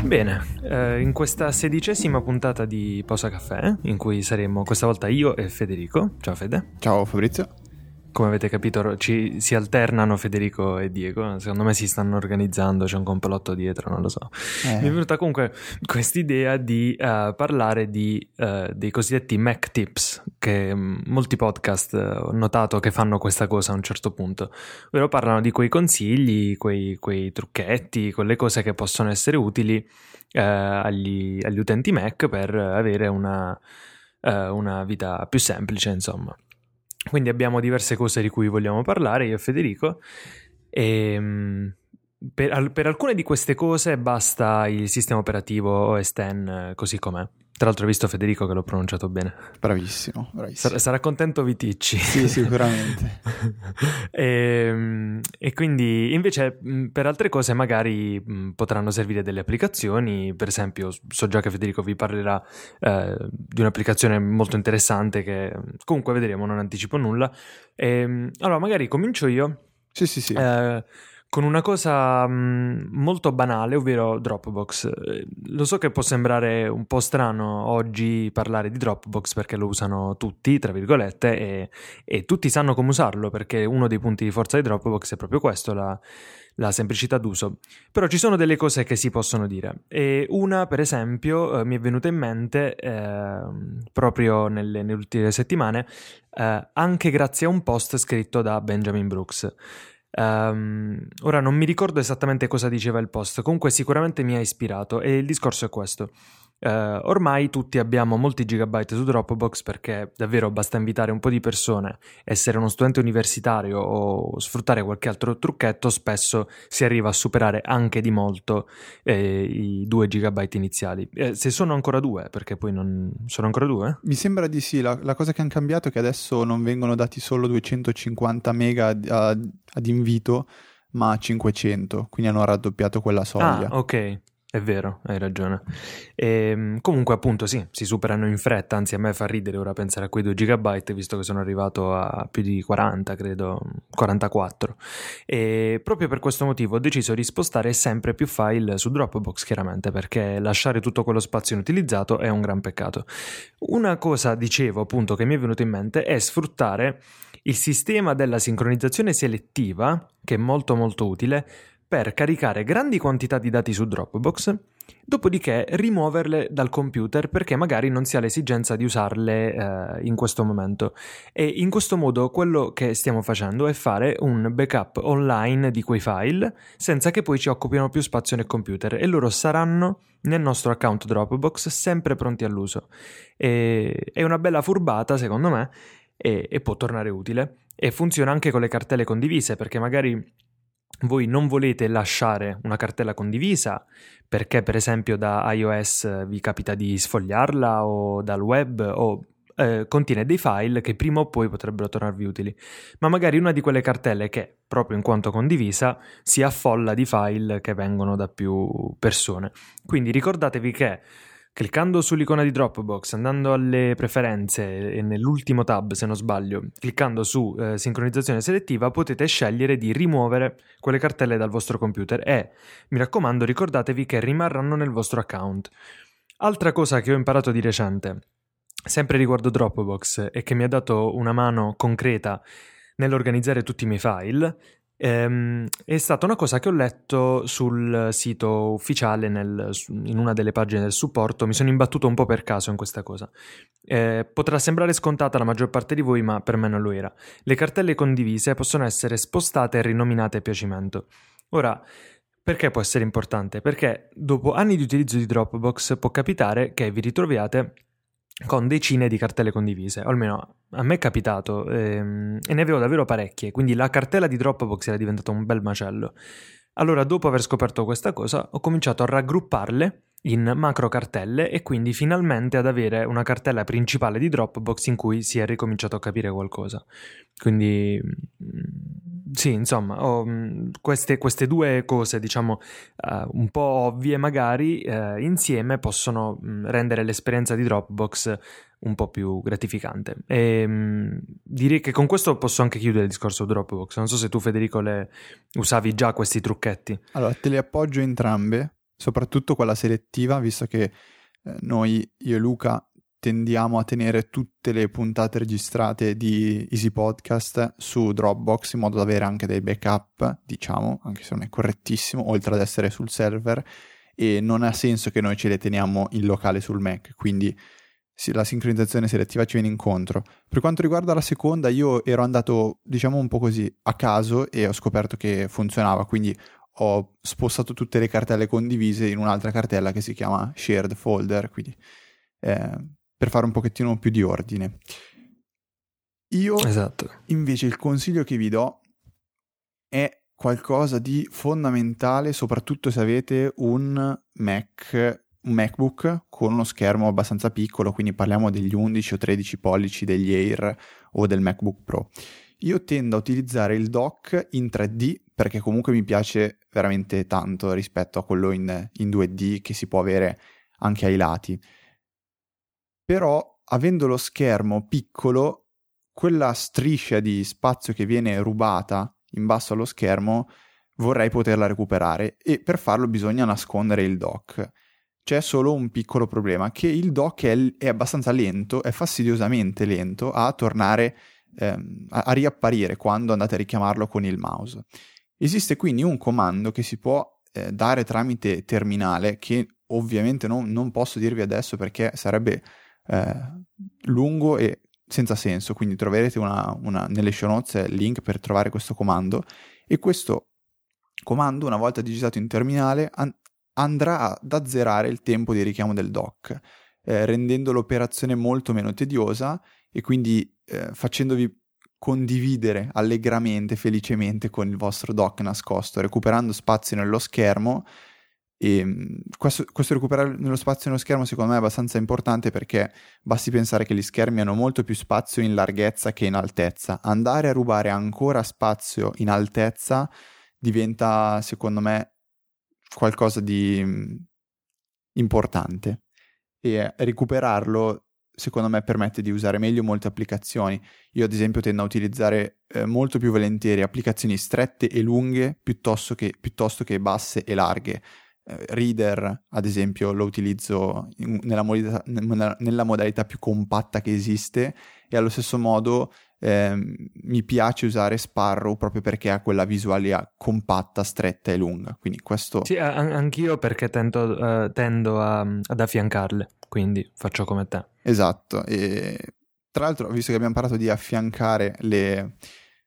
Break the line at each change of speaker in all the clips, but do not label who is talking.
Bene, in questa 16ª puntata di Pausa Caffè, in cui saremo questa volta io e Federico. Ciao Fede.
Ciao Fabrizio.
Come avete capito si alternano Federico e Diego, secondo me si stanno organizzando, c'è un complotto dietro, non lo so. Mi è venuta comunque quest'idea di parlare dei cosiddetti Mac Tips, che molti podcast ho notato che fanno questa cosa a un certo punto, ovvero parlano di quei consigli, quei trucchetti, quelle cose che possono essere utili agli utenti Mac per avere una vita più semplice, insomma. Quindi abbiamo diverse cose di cui vogliamo parlare, io e Federico, e per alcune di queste cose basta il sistema operativo OS X così com'è. Tra l'altro ho visto Federico che l'ho pronunciato bene.
Bravissimo.
Sarà contento Viticci.
Sì, sicuramente.
E quindi invece per altre cose magari potranno servire delle applicazioni. Per esempio, so già che Federico vi parlerà di un'applicazione molto interessante che comunque vedremo, non anticipo nulla. Allora magari comincio io.
Sì.
Con una cosa molto banale, ovvero Dropbox. Lo so che può sembrare un po' strano oggi parlare di Dropbox perché lo usano tutti, tra virgolette, e tutti sanno come usarlo, perché uno dei punti di forza di Dropbox è proprio questo, la semplicità d'uso. Però ci sono delle cose che si possono dire, e una per esempio mi è venuta in mente proprio nelle ultime settimane, anche grazie a un post scritto da Benjamin Brooks. Ora non mi ricordo esattamente cosa diceva il post, comunque sicuramente mi ha ispirato, e il discorso è questo. Ormai tutti abbiamo molti gigabyte su Dropbox perché davvero basta invitare un po' di persone, essere uno studente universitario o sfruttare qualche altro trucchetto, spesso si arriva a superare anche di molto i 2 gigabyte iniziali, se sono ancora 2, perché poi non sono ancora 2?
Mi sembra di sì, la cosa che hanno cambiato è che adesso non vengono dati solo 250 mega ad invito, ma 500, quindi hanno raddoppiato quella soglia.
Ah, ok. È vero, hai ragione. Comunque appunto sì, si superano in fretta, anzi a me fa ridere ora pensare a quei 2 gigabyte, visto che sono arrivato a più di 40, credo, 44. E proprio per questo motivo ho deciso di spostare sempre più file su Dropbox, chiaramente, perché lasciare tutto quello spazio inutilizzato è un gran peccato. Una cosa, dicevo, appunto, che mi è venuto in mente è sfruttare il sistema della sincronizzazione selettiva, che è molto molto utile, per caricare grandi quantità di dati su Dropbox, dopodiché rimuoverle dal computer perché magari non si ha l'esigenza di usarle in questo momento. E in questo modo quello che stiamo facendo è fare un backup online di quei file senza che poi ci occupino più spazio nel computer, e loro saranno nel nostro account Dropbox sempre pronti all'uso. È una bella furbata, secondo me, e può tornare utile. E funziona anche con le cartelle condivise, perché magari voi non volete lasciare una cartella condivisa perché per esempio da iOS vi capita di sfogliarla, o dal web, o contiene dei file che prima o poi potrebbero tornarvi utili, ma magari una di quelle cartelle che, proprio in quanto condivisa, si affolla di file che vengono da più persone. Quindi ricordatevi che cliccando sull'icona di Dropbox, andando alle preferenze e nell'ultimo tab, se non sbaglio, cliccando su sincronizzazione selettiva, potete scegliere di rimuovere quelle cartelle dal vostro computer e, mi raccomando, ricordatevi che rimarranno nel vostro account. Altra cosa che ho imparato di recente, sempre riguardo Dropbox, e che mi ha dato una mano concreta nell'organizzare tutti i miei file, è stata una cosa che ho letto sul sito ufficiale, in una delle pagine del supporto. Mi sono imbattuto un po' per caso in questa cosa. Potrà sembrare scontata alla maggior parte di voi, ma per me non lo era. Le cartelle condivise possono essere spostate e rinominate a piacimento. Ora, perché può essere importante? Perché dopo anni di utilizzo di Dropbox può capitare che vi ritroviate con decine di cartelle condivise, o almeno a me è capitato, e ne avevo davvero parecchie, quindi la cartella di Dropbox era diventata un bel macello. Allora, dopo aver scoperto questa cosa, ho cominciato a raggrupparle in macro cartelle e quindi finalmente ad avere una cartella principale di Dropbox in cui si è ricominciato a capire qualcosa. Quindi sì, insomma, queste 2 cose, diciamo, un po' ovvie magari, insieme possono rendere l'esperienza di Dropbox un po' più gratificante. E direi che con questo posso anche chiudere il discorso Dropbox. Non so se tu, Federico, usavi già questi trucchetti.
Allora, te le appoggio entrambe, soprattutto quella selettiva, visto che noi, io e Luca, tendiamo a tenere tutte le puntate registrate di Easy Podcast su Dropbox in modo da avere anche dei backup, diciamo, anche se non è correttissimo, oltre ad essere sul server, e non ha senso che noi ce le teniamo in locale sul Mac, quindi sì, la sincronizzazione selettiva ci viene incontro. Per quanto riguarda la seconda, io ero andato, diciamo, un po' così a caso e ho scoperto che funzionava, quindi ho spostato tutte le cartelle condivise in un'altra cartella che si chiama Shared Folder, quindi per fare un pochettino più di ordine. Io
Esatto.
invece il consiglio che vi do è qualcosa di fondamentale, soprattutto se avete un MacBook con uno schermo abbastanza piccolo, quindi parliamo degli 11 o 13 pollici degli Air o del MacBook Pro. Io tendo a utilizzare il dock in 3D perché comunque mi piace veramente tanto rispetto a quello in 2D che si può avere anche ai lati. Però avendo lo schermo piccolo, quella striscia di spazio che viene rubata in basso allo schermo vorrei poterla recuperare, e per farlo bisogna nascondere il dock. C'è solo un piccolo problema, che il dock è abbastanza lento, è fastidiosamente lento a tornare, a riapparire quando andate a richiamarlo con il mouse. Esiste quindi un comando che si può dare tramite terminale, che ovviamente non posso dirvi adesso perché sarebbe lungo e senza senso, quindi troverete nelle show notes il link per trovare questo comando, e questo comando, una volta digitato in terminale, andrà ad azzerare il tempo di richiamo del dock, rendendo l'operazione molto meno tediosa e quindi facendovi condividere allegramente, felicemente con il vostro dock nascosto, recuperando spazio nello schermo. E questo recuperare nello spazio nello schermo secondo me è abbastanza importante, perché basti pensare che gli schermi hanno molto più spazio in larghezza che in altezza. Andare a rubare ancora spazio in altezza diventa, secondo me, qualcosa di importante, e recuperarlo secondo me permette di usare meglio molte applicazioni. Io ad esempio tendo a utilizzare molto più volentieri applicazioni strette e lunghe piuttosto che basse e larghe. Reader ad esempio lo utilizzo nella modalità più compatta che esiste, e allo stesso modo mi piace usare Sparrow proprio perché ha quella visuale compatta, stretta e lunga. Quindi questo
Sì, anch'io perché tendo ad affiancarle, quindi faccio come te.
esatto. E tra l'altro, visto che abbiamo parlato di affiancare le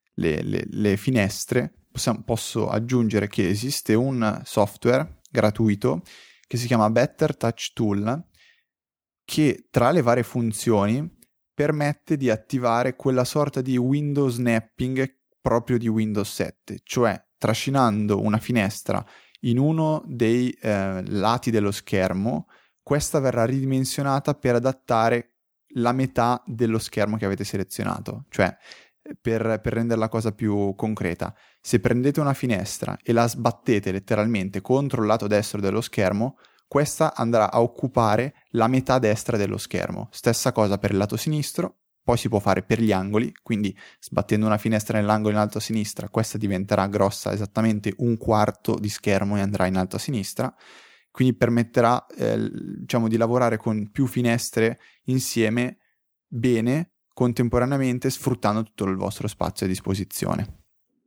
finestre, posso aggiungere che esiste un software gratuito che si chiama Better Touch Tool, che tra le varie funzioni permette di attivare quella sorta di window snapping proprio di Windows 7, cioè trascinando una finestra in uno dei lati dello schermo, questa verrà ridimensionata per adattare la metà dello schermo che avete selezionato, cioè per rendere la cosa più concreta. Se prendete una finestra e la sbattete letteralmente contro il lato destro dello schermo, questa andrà a occupare la metà destra dello schermo. Stessa cosa per il lato sinistro, poi si può fare per gli angoli, quindi sbattendo una finestra nell'angolo in alto a sinistra, questa diventerà grossa esattamente un quarto di schermo e andrà in alto a sinistra, quindi permetterà diciamo di lavorare con più finestre insieme bene, contemporaneamente, sfruttando tutto il vostro spazio a disposizione.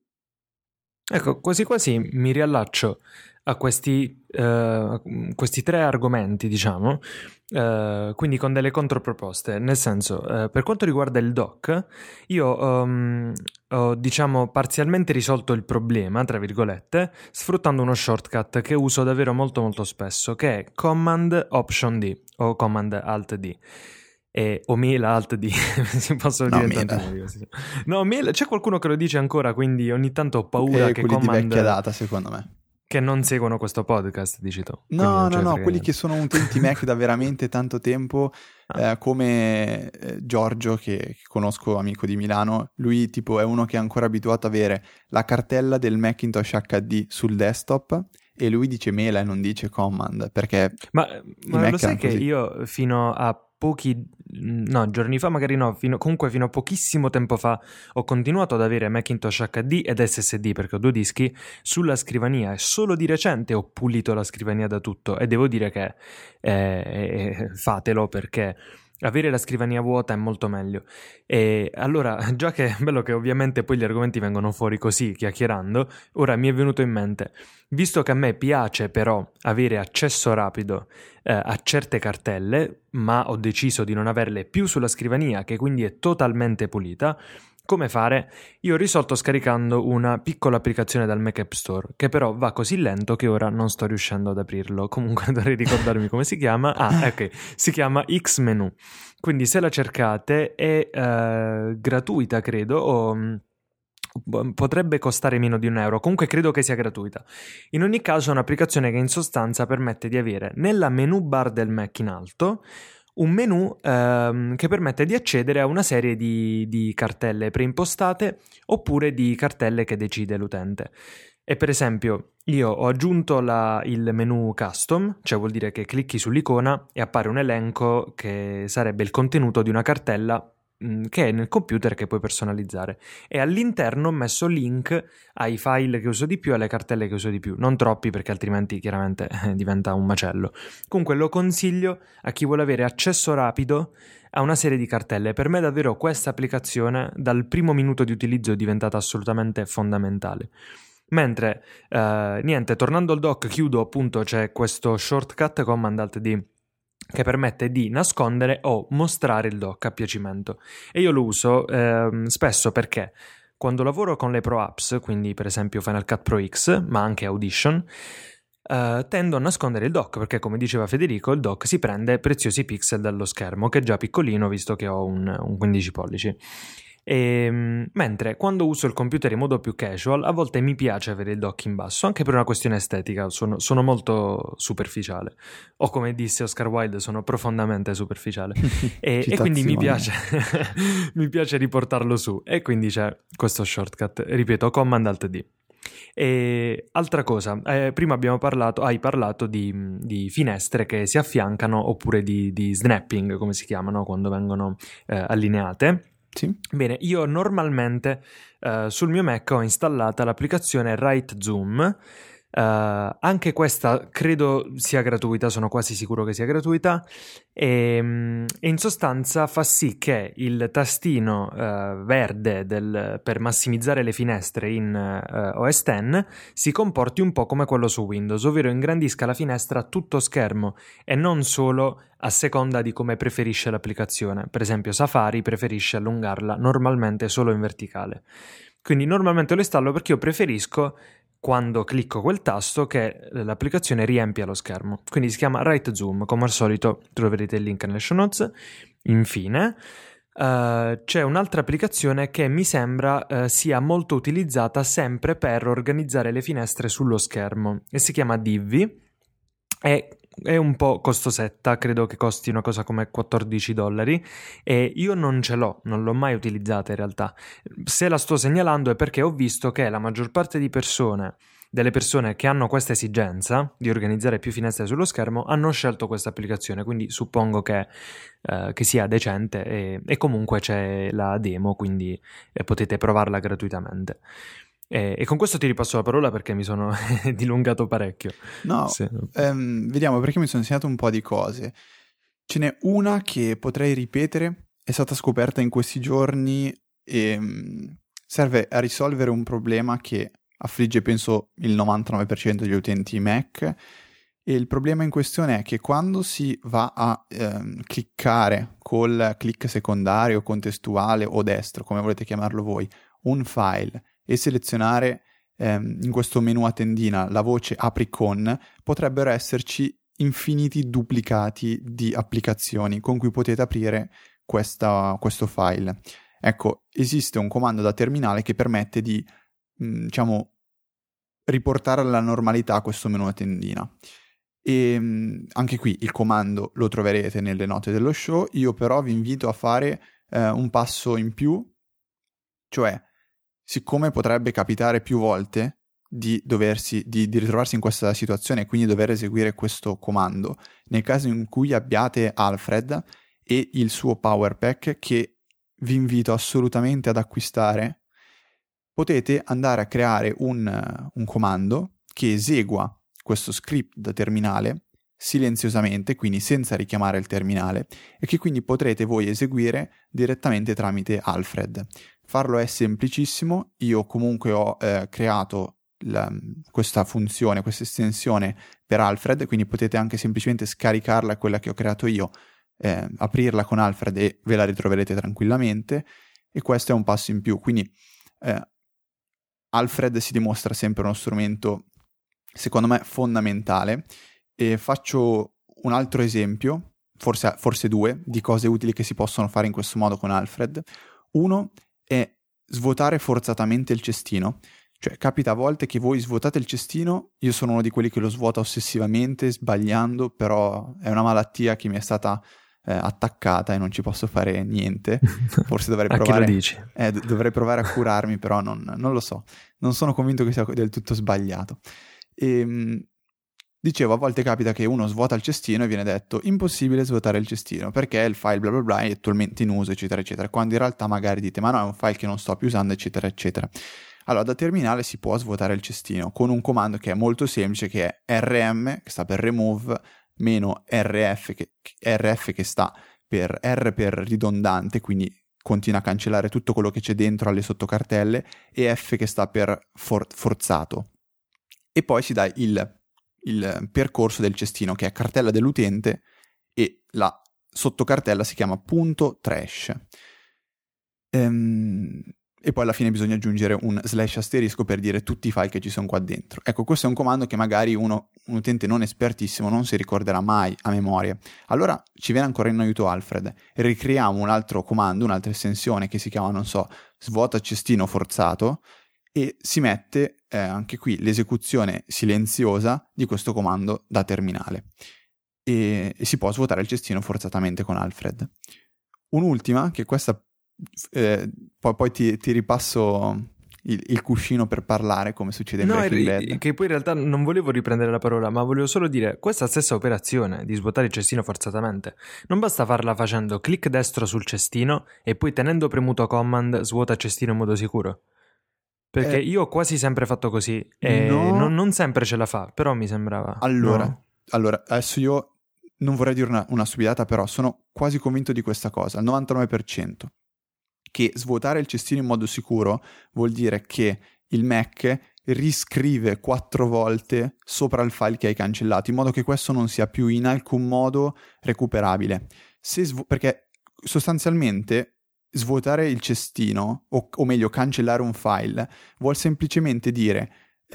Ecco, quasi quasi mi riallaccio a questi tre argomenti, diciamo, quindi con delle controproposte. Nel senso, per quanto riguarda il dock, io ho, diciamo, parzialmente risolto il problema, tra virgolette, sfruttando uno shortcut che uso davvero molto molto spesso, che è Command Option D o Command Alt D. O Mail Alt D, si possono dire tanti modi così. No, Mail, c'è qualcuno che lo dice ancora, quindi ogni tanto ho paura che
quelli
Command...
di vecchia data, secondo me.
Che non seguono questo podcast, dici tu.
No, quelli che sono utenti Mac da veramente tanto tempo, come Giorgio, che conosco, amico di Milano, lui tipo è uno che è ancora abituato ad avere la cartella del Macintosh HD sul desktop, e lui dice mela e non dice command, perché
ma lo sai che io fino a giorni fa, magari no, comunque fino a pochissimo tempo fa ho continuato ad avere Macintosh HD ed SSD perché ho 2 dischi sulla scrivania, e solo di recente ho pulito la scrivania da tutto, e devo dire che fatelo, perché avere la scrivania vuota è molto meglio. E allora, già che è bello che ovviamente poi gli argomenti vengono fuori così, chiacchierando, ora mi è venuto in mente, visto che a me piace però avere accesso rapido a certe cartelle, ma ho deciso di non averle più sulla scrivania, che quindi è totalmente pulita, come fare? Io ho risolto scaricando una piccola applicazione dal Mac App Store, che però va così lento che ora non sto riuscendo ad aprirlo. Comunque dovrei ricordarmi come si chiama. Ok, si chiama Xmenu. Quindi se la cercate è gratuita, credo, o potrebbe costare meno di €1. Comunque credo che sia gratuita. In ogni caso è un'applicazione che in sostanza permette di avere nella menu bar del Mac in alto un menu che permette di accedere a una serie di cartelle preimpostate oppure di cartelle che decide l'utente. E per esempio io ho aggiunto il menu custom, cioè vuol dire che clicchi sull'icona e appare un elenco che sarebbe il contenuto di una cartella che è nel computer, che puoi personalizzare, e all'interno ho messo link ai file che uso di più e alle cartelle che uso di più, non troppi perché altrimenti chiaramente diventa un macello. Comunque lo consiglio a chi vuole avere accesso rapido a una serie di cartelle. Per me davvero questa applicazione dal primo minuto di utilizzo è diventata assolutamente fondamentale. Mentre niente, tornando al dock, chiudo appunto, c'è questo shortcut Command Alt D che permette di nascondere o mostrare il dock a piacimento, e io lo uso spesso perché quando lavoro con le Pro Apps, quindi per esempio Final Cut Pro X, ma anche Audition, tendo a nascondere il dock perché, come diceva Federico, il dock si prende preziosi pixel dallo schermo, che è già piccolino visto che ho un 15 pollici. Mentre quando uso il computer in modo più casual, a volte mi piace avere il dock in basso, anche per una questione estetica. Sono molto superficiale, o come disse Oscar Wilde, sono profondamente superficiale e quindi mi piace mi piace riportarlo su, e quindi c'è questo shortcut, ripeto, Command Alt D. E altra cosa, prima hai parlato di finestre che si affiancano, oppure di snapping, come si chiamano quando vengono allineate.
Sì.
Bene, io normalmente sul mio Mac ho installata l'applicazione Right Zoom. Anche questa credo sia gratuita, sono quasi sicuro che sia gratuita, e in sostanza fa sì che il tastino verde per massimizzare le finestre in OS X si comporti un po' come quello su Windows, ovvero ingrandisca la finestra a tutto schermo e non solo a seconda di come preferisce l'applicazione. Per esempio Safari preferisce allungarla normalmente solo in verticale, quindi normalmente lo installo perché io preferisco, quando clicco quel tasto, che l'applicazione riempia lo schermo. Quindi si chiama Right Zoom, come al solito troverete il link nelle show notes. Infine c'è un'altra applicazione che mi sembra sia molto utilizzata sempre per organizzare le finestre sullo schermo, e si chiama Divi. È un po' costosetta, credo che costi una cosa come $14, e io non ce l'ho, non l'ho mai utilizzata in realtà. Se la sto segnalando è perché ho visto che la maggior parte delle persone che hanno questa esigenza di organizzare più finestre sullo schermo hanno scelto questa applicazione, quindi suppongo che sia decente, e comunque c'è la demo, quindi potete provarla gratuitamente. E con questo ti ripasso la parola perché mi sono dilungato parecchio.
No,
sì.
Vediamo, perché mi sono segnato un po' di cose. Ce n'è una che potrei ripetere, è stata scoperta in questi giorni e serve a risolvere un problema che affligge penso il 99% degli utenti Mac, e il problema in questione è che quando si va a cliccare col click secondario, contestuale o destro, come volete chiamarlo voi, un file, e selezionare in questo menu a tendina la voce apri con, potrebbero esserci infiniti duplicati di applicazioni con cui potete aprire questo file. Ecco, esiste un comando da terminale che permette di riportare alla normalità questo menu a tendina. E anche qui il comando lo troverete nelle note dello show. Io però vi invito a fare un passo in più, cioè, siccome potrebbe capitare più volte di ritrovarsi in questa situazione e quindi dover eseguire questo comando, nel caso in cui abbiate Alfred e il suo Power Pack, che vi invito assolutamente ad acquistare, potete andare a creare un comando che esegua questo script da terminale silenziosamente, quindi senza richiamare il terminale, e che quindi potrete voi eseguire direttamente tramite Alfred. Farlo è semplicissimo. Io comunque ho creato questa funzione, questa estensione per Alfred, quindi potete anche semplicemente scaricarla, quella che ho creato io, aprirla con Alfred e ve la ritroverete tranquillamente, e questo è un passo in più. Quindi Alfred si dimostra sempre uno strumento, secondo me, fondamentale. E faccio un altro esempio, forse due, di cose utili che si possono fare in questo modo con Alfred. Uno è svuotare forzatamente il cestino. Cioè, capita a volte che voi svuotate il cestino, io sono uno di quelli che lo svuota ossessivamente, sbagliando, però è una malattia che mi è stata attaccata e non ci posso fare niente. Forse dovrei provare.
A chi lo dici?
Dovrei provare a curarmi, però non lo so. Non sono convinto che sia del tutto sbagliato. Dicevo, a volte capita che uno svuota il cestino e viene detto impossibile svuotare il cestino perché il file bla bla bla è attualmente in uso, eccetera eccetera, quando in realtà magari dite ma no, è un file che non sto più usando, eccetera eccetera. Allora, da terminale si può svuotare il cestino con un comando che è molto semplice, che è rm, che sta per remove, meno rf, che sta per R per ridondante, quindi continua a cancellare tutto quello che c'è dentro alle sottocartelle, e F che sta per forzato. E poi si dà il percorso del cestino, che è cartella dell'utente, e la sottocartella si chiama .trash. E poi alla fine bisogna aggiungere un /* per dire tutti i file che ci sono qua dentro. Ecco, questo è un comando che magari un utente non espertissimo non si ricorderà mai a memoria. Allora ci viene ancora in aiuto Alfred. Ricreiamo un altro comando, un'altra estensione che si chiama, non so, svuota cestino forzato, e si mette anche qui l'esecuzione silenziosa di questo comando da terminale. E si può svuotare il cestino forzatamente con Alfred. Un'ultima, che questa poi ti ripasso il cuscino per parlare, come succede in Breaking Bad.
Che poi in realtà non volevo riprendere la parola, ma volevo solo dire, questa stessa operazione di svuotare il cestino forzatamente non basta farla facendo clic destro sul cestino e poi tenendo premuto command svuota cestino in modo sicuro. Perché io ho quasi sempre fatto così e
no.
non sempre ce la fa, però mi sembrava.
Allora,
no.
Adesso io non vorrei dire una stupidata, però sono quasi convinto di questa cosa, al 99%, che svuotare il cestino in modo sicuro vuol dire che il Mac riscrive 4 volte sopra il file che hai cancellato, in modo che questo non sia più in alcun modo recuperabile. Perché sostanzialmente svuotare il cestino, o meglio cancellare un file, vuol semplicemente dire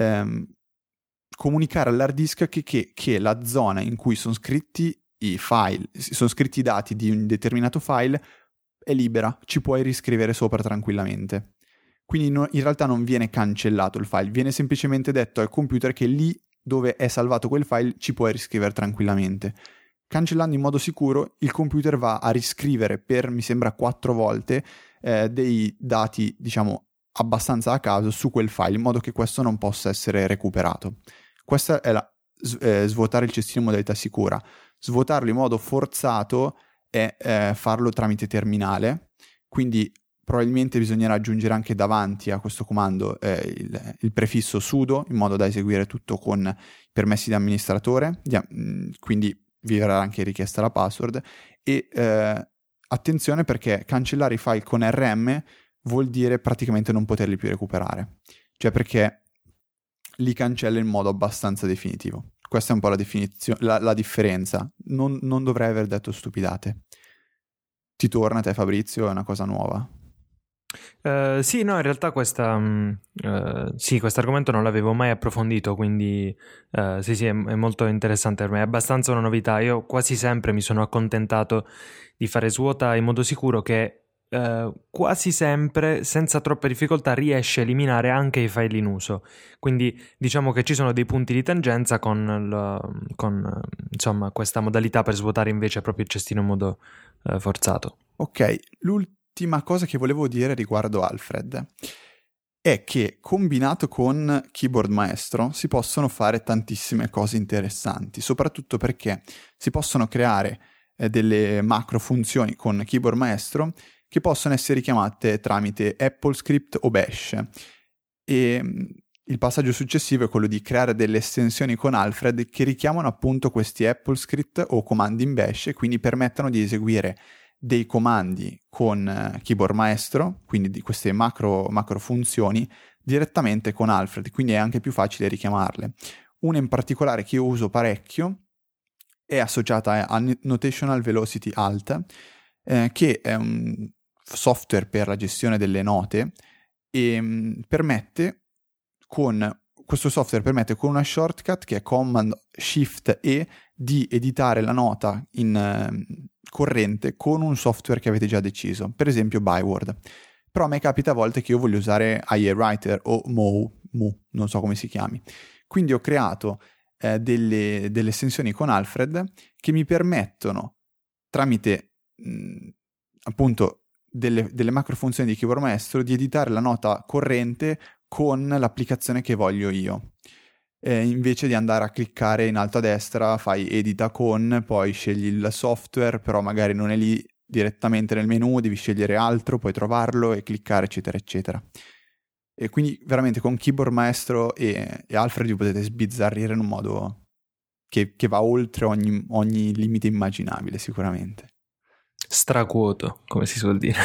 comunicare all'hard disk che la zona in cui sono scritti i file, sono scritti i dati di un determinato file, è libera, ci puoi riscrivere sopra tranquillamente. Quindi in realtà non viene cancellato il file, viene semplicemente detto al computer che lì dove è salvato quel file ci puoi riscrivere tranquillamente. Cancellando in modo sicuro, il computer va a riscrivere per, mi sembra, 4 volte dei dati, diciamo, abbastanza a caso su quel file, in modo che questo non possa essere recuperato. Questa è svuotare il cestino in modalità sicura. Svuotarlo in modo forzato è farlo tramite terminale, quindi probabilmente bisognerà aggiungere anche davanti a questo comando il prefisso sudo, in modo da eseguire tutto con i permessi di amministratore, quindi vi verrà anche richiesta la password. E attenzione, perché cancellare i file con RM vuol dire praticamente non poterli più recuperare, cioè perché li cancella in modo abbastanza definitivo. Questa è un po' la differenza. Non dovrei aver detto stupidate. Ti torna a te, Fabrizio? È una cosa nuova?
Sì, no, in realtà questo argomento non l'avevo mai approfondito, quindi sì, è molto interessante per me, è abbastanza una novità. Io quasi sempre mi sono accontentato di fare svuota in modo sicuro, che quasi sempre, senza troppe difficoltà, riesce a eliminare anche i file in uso. Quindi diciamo che ci sono dei punti di tangenza con insomma, questa modalità per svuotare invece proprio il cestino in modo forzato.
Ok, l'ultima cosa che volevo dire riguardo Alfred è che combinato con Keyboard Maestro si possono fare tantissime cose interessanti, soprattutto perché si possono creare delle macro funzioni con Keyboard Maestro che possono essere richiamate tramite AppleScript o Bash. E il passaggio successivo è quello di creare delle estensioni con Alfred che richiamano appunto questi AppleScript o comandi in Bash e quindi permettono di eseguire dei comandi con Keyboard Maestro, quindi di queste macro funzioni, direttamente con Alfred, quindi è anche più facile richiamarle. Una in particolare che io uso parecchio è associata a Notational Velocity Alt, che è un software per la gestione delle note e questo software permette con una shortcut che è Command Shift E di editare la nota in corrente con un software che avete già deciso, per esempio Byword. Però a me capita a volte che io voglio usare IA Writer o Mu, non so come si chiami. Quindi ho creato delle estensioni con Alfred che mi permettono, tramite appunto delle macro funzioni di Keyboard Maestro, di editare la nota corrente con l'applicazione che voglio io. Invece di andare a cliccare in alto a destra, fai edita con, poi scegli il software, però magari non è lì direttamente nel menu, devi scegliere altro, puoi trovarlo e cliccare, eccetera, eccetera. E quindi veramente con Keyboard Maestro e Alfred vi potete sbizzarrire in un modo che va oltre ogni limite immaginabile, sicuramente.
Straquoto, come si suol dire.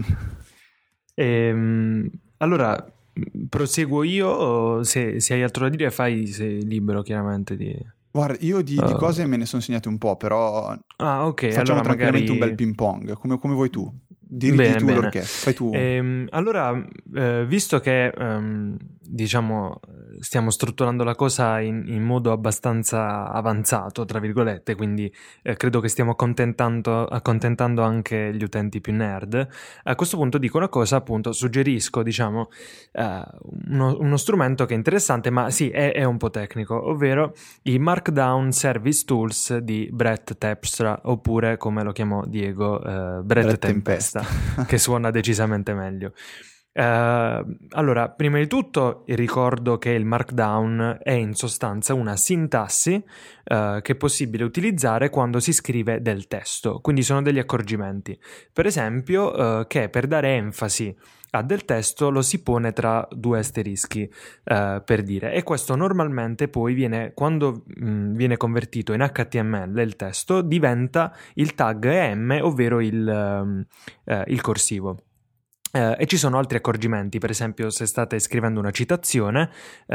Allora, proseguo io, o se hai altro da dire sei libero chiaramente di...
Guarda, io di cose me ne sono segnate un po', però
ok,
facciamo
allora
tranquillamente
magari...
un bel ping pong, come vuoi tu. Dirigi tu
bene.
l'orchestra, fai tu.
Allora, visto che diciamo stiamo strutturando la cosa in modo abbastanza avanzato, tra virgolette, quindi credo che stiamo accontentando anche gli utenti più nerd, a questo punto dico una cosa, appunto, suggerisco, diciamo, uno strumento che è interessante, ma sì, è un po' tecnico, ovvero i Markdown Service Tools di Brett Terpstra, oppure, come lo chiamò Diego, Brett Tempesta. Che suona decisamente meglio. Allora, prima di tutto ricordo che il Markdown è in sostanza una sintassi che è possibile utilizzare quando si scrive del testo, quindi sono degli accorgimenti. Per esempio, che per dare enfasi a del testo lo si pone tra due asterischi, per dire, e questo normalmente poi quando viene convertito in HTML il testo, diventa il tag EM, ovvero il corsivo. E ci sono altri accorgimenti, per esempio se state scrivendo una citazione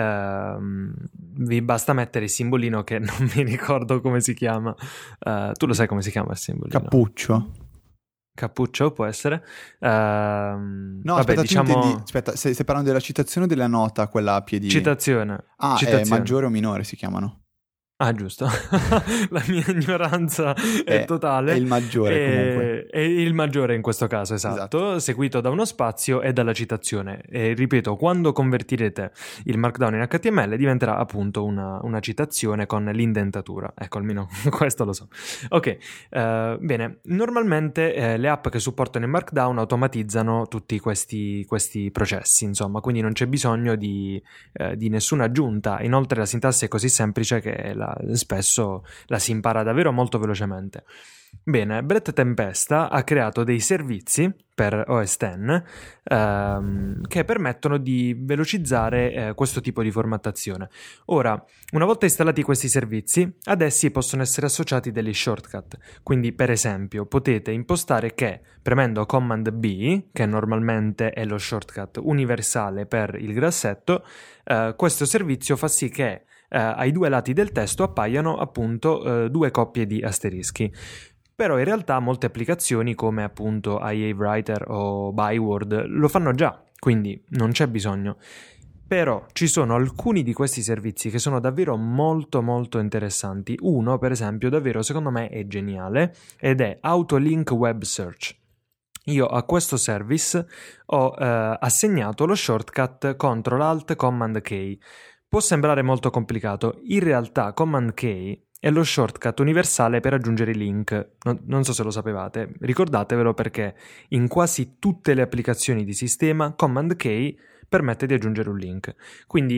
vi basta mettere il simbolino che non mi ricordo come si chiama. Tu lo sai come si chiama il simbolino? Cappuccio può essere.
No,
vabbè,
aspetta, aspetta, stai parlando della citazione o della nota, quella a piedi?
Citazione.
È maggiore o minore si chiamano?
Ah, giusto. La mia ignoranza è totale.
È il maggiore comunque.
È il maggiore in questo caso, esatto, seguito da uno spazio e dalla citazione. E ripeto, quando convertirete il Markdown in HTML diventerà appunto una citazione con l'indentatura. Ecco, almeno questo lo so. Ok, bene. Normalmente le app che supportano il Markdown automatizzano tutti questi processi, insomma, quindi non c'è bisogno di nessuna aggiunta. Inoltre la sintassi è così semplice che spesso la si impara davvero molto velocemente. Bene, Brett Tempesta ha creato dei servizi per OS X che permettono di velocizzare questo tipo di formattazione. Ora, una volta installati questi servizi, ad essi possono essere associati degli shortcut. Quindi, per esempio, potete impostare che, premendo Command B, che normalmente è lo shortcut universale per il grassetto, questo servizio fa sì che ai due lati del testo appaiano appunto due coppie di asterischi. Però in realtà molte applicazioni come appunto IA Writer o Byword lo fanno già, quindi non c'è bisogno. Però ci sono alcuni di questi servizi che sono davvero molto molto interessanti. Uno, per esempio, davvero secondo me è geniale ed è Autolink Web Search. Io a questo service ho assegnato lo shortcut Ctrl-Alt-Command-K. Può sembrare molto complicato, in realtà Command K è lo shortcut universale per aggiungere i link. Non so se lo sapevate, ricordatevelo perché in quasi tutte le applicazioni di sistema Command K permette di aggiungere un link. Quindi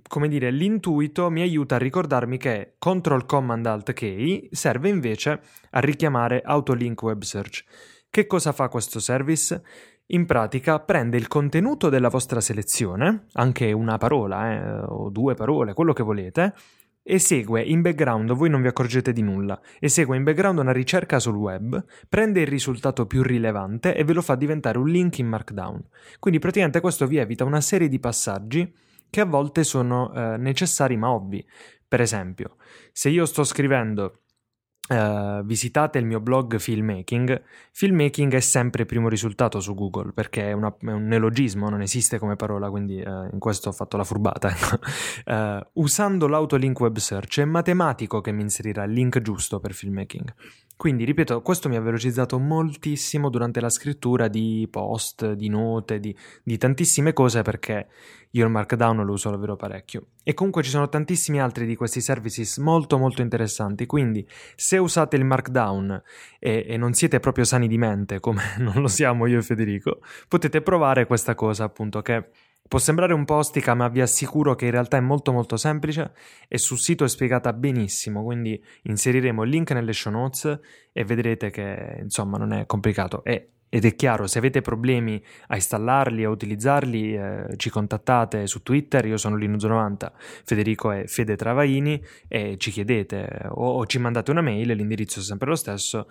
come dire, l'intuito mi aiuta a ricordarmi che Ctrl Command Alt K serve invece a richiamare Autolink Web Search. Che cosa fa questo service? In pratica prende il contenuto della vostra selezione, anche una parola o 2 parole, quello che volete, e segue in background, voi non vi accorgete di nulla, e segue in background una ricerca sul web, prende il risultato più rilevante e ve lo fa diventare un link in Markdown. Quindi praticamente questo vi evita una serie di passaggi che a volte sono necessari ma ovvi. Per esempio, se io sto scrivendo visitate il mio blog Filmmaking è sempre primo risultato su Google perché è un neologismo, non esiste come parola, quindi in questo ho fatto la furbata. Usando l'autolink web search è matematico che mi inserirà il link giusto per Filmmaking. Quindi, ripeto, questo mi ha velocizzato moltissimo durante la scrittura di post, di note, di tantissime cose, perché io il Markdown lo uso davvero parecchio. E comunque ci sono tantissimi altri di questi services molto molto interessanti, quindi se usate il Markdown e non siete proprio sani di mente, come non lo siamo io e Federico, potete provare questa cosa, appunto, che può sembrare un po' ostica, ma vi assicuro che in realtà è molto molto semplice e sul sito è spiegata benissimo, quindi inseriremo il link nelle show notes e vedrete che insomma non è complicato. Ed è chiaro, se avete problemi a installarli, a utilizzarli, ci contattate su Twitter, io sono Linux90, Federico è Fede Travaini, e ci chiedete o ci mandate una mail, l'indirizzo è sempre lo stesso,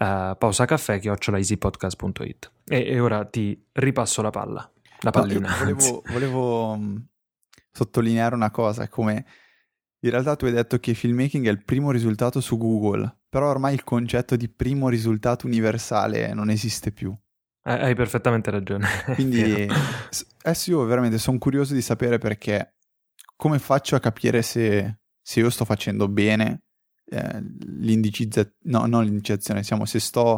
pausacaffè@easypodcast.it. E ora ti ripasso la pallina.
Volevo sottolineare una cosa, come in realtà tu hai detto che Filmmaking è il primo risultato su Google, però ormai il concetto di primo risultato universale non esiste più.
Hai perfettamente ragione.
Quindi adesso io veramente sono curioso di sapere, perché come faccio a capire se io sto facendo bene non l'indicizzazione, se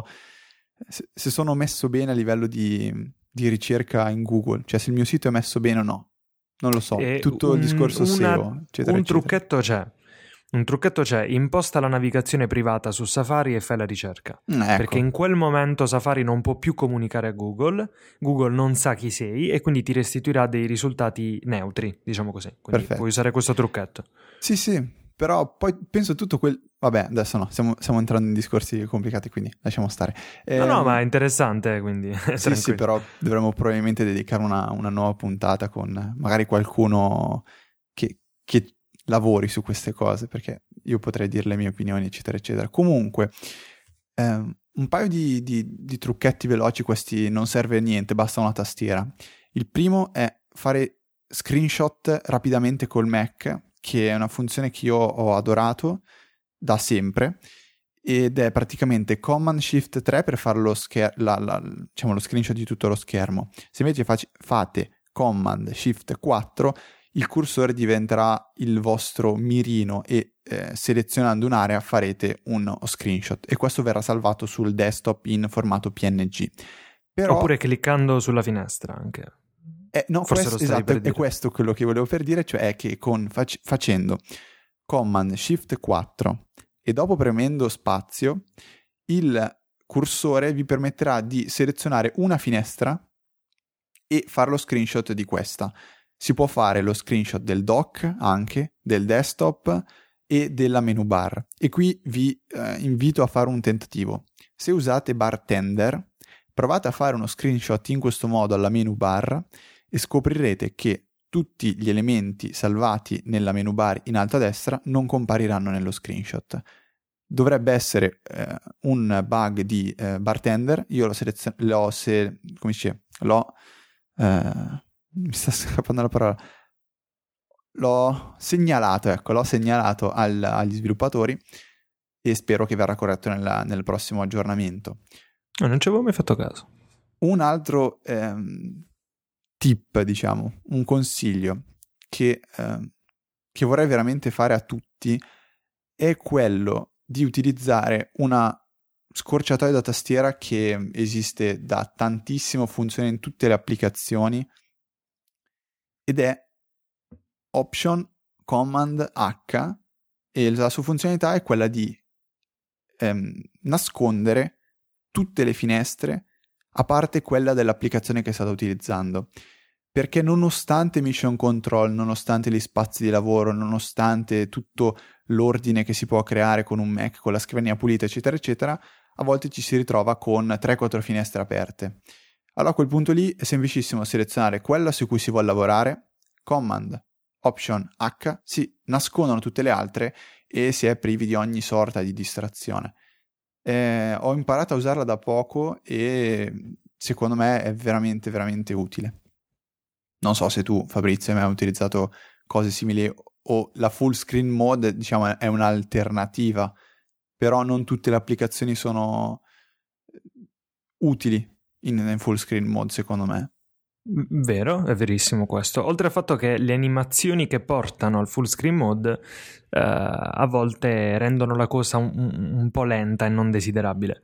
sono messo bene a livello di ricerca in Google, cioè se il mio sito è messo bene o no. Non lo so, tutto il discorso SEO, eccetera, eccetera.
Un trucchetto c'è, imposta la navigazione privata su Safari e fai la ricerca.
Ecco.
Perché in quel momento Safari non può più comunicare a Google non sa chi sei e quindi ti restituirà dei risultati neutri, diciamo così. Quindi
perfetto.
Puoi usare questo trucchetto.
Sì, però poi penso tutto Vabbè, adesso no, stiamo entrando in discorsi complicati, quindi lasciamo stare.
No, ma è interessante, quindi
sì, però dovremmo probabilmente dedicare una nuova puntata con magari qualcuno che lavori su queste cose, perché io potrei dire le mie opinioni, eccetera, eccetera. Comunque, un paio di trucchetti veloci, questi non serve a niente, basta una tastiera. Il primo è fare screenshot rapidamente col Mac, che è una funzione che io ho adorato da sempre, ed è praticamente Command Shift 3 per fare lo screenshot di tutto lo schermo. Se invece fate Command Shift 4, il cursore diventerà il vostro mirino e selezionando un'area farete uno screenshot, e questo verrà salvato sul desktop in formato PNG. Però...
Oppure cliccando sulla finestra anche.
No, è questo quello che volevo per dire, cioè è che facendo Command Shift 4 e dopo premendo spazio, il cursore vi permetterà di selezionare una finestra e fare lo screenshot di questa. Si può fare lo screenshot del dock anche, del desktop e della menu bar. E qui vi invito a fare un tentativo. Se usate Bartender, provate a fare uno screenshot in questo modo alla menu bar e scoprirete che tutti gli elementi salvati nella menu bar in alto a destra non compariranno nello screenshot. Dovrebbe essere un bug di Bartender. Io mi sta scappando la parola. L'ho segnalato agli sviluppatori e spero che verrà corretto nel prossimo aggiornamento.
Non ci avevo mai fatto caso.
Un altro tip, diciamo, un consiglio che vorrei veramente fare a tutti è quello di utilizzare una scorciatoia da tastiera che esiste da tantissimo, funziona in tutte le applicazioni, ed è Option Command H, e la sua funzionalità è quella di nascondere tutte le finestre a parte quella dell'applicazione che state utilizzando. perché nonostante Mission Control, nonostante gli spazi di lavoro, nonostante tutto l'ordine che si può creare con un Mac, con la scrivania pulita, eccetera, eccetera, a volte ci si ritrova con 3-4 finestre aperte. Allora a quel punto lì è semplicissimo selezionare quella su cui si vuole lavorare, Command, Option H, si nascondono tutte le altre e si è privi di ogni sorta di distrazione. Ho imparato a usarla da poco e secondo me è veramente, veramente utile. Non so se tu, Fabrizio, hai mai utilizzato cose simili o la full screen mode, diciamo, è un'alternativa, però non tutte le applicazioni sono utili in full screen mode, secondo me.
Vero, è verissimo questo. Oltre al fatto che le animazioni che portano al full screen mode a volte rendono la cosa un po' lenta e non desiderabile.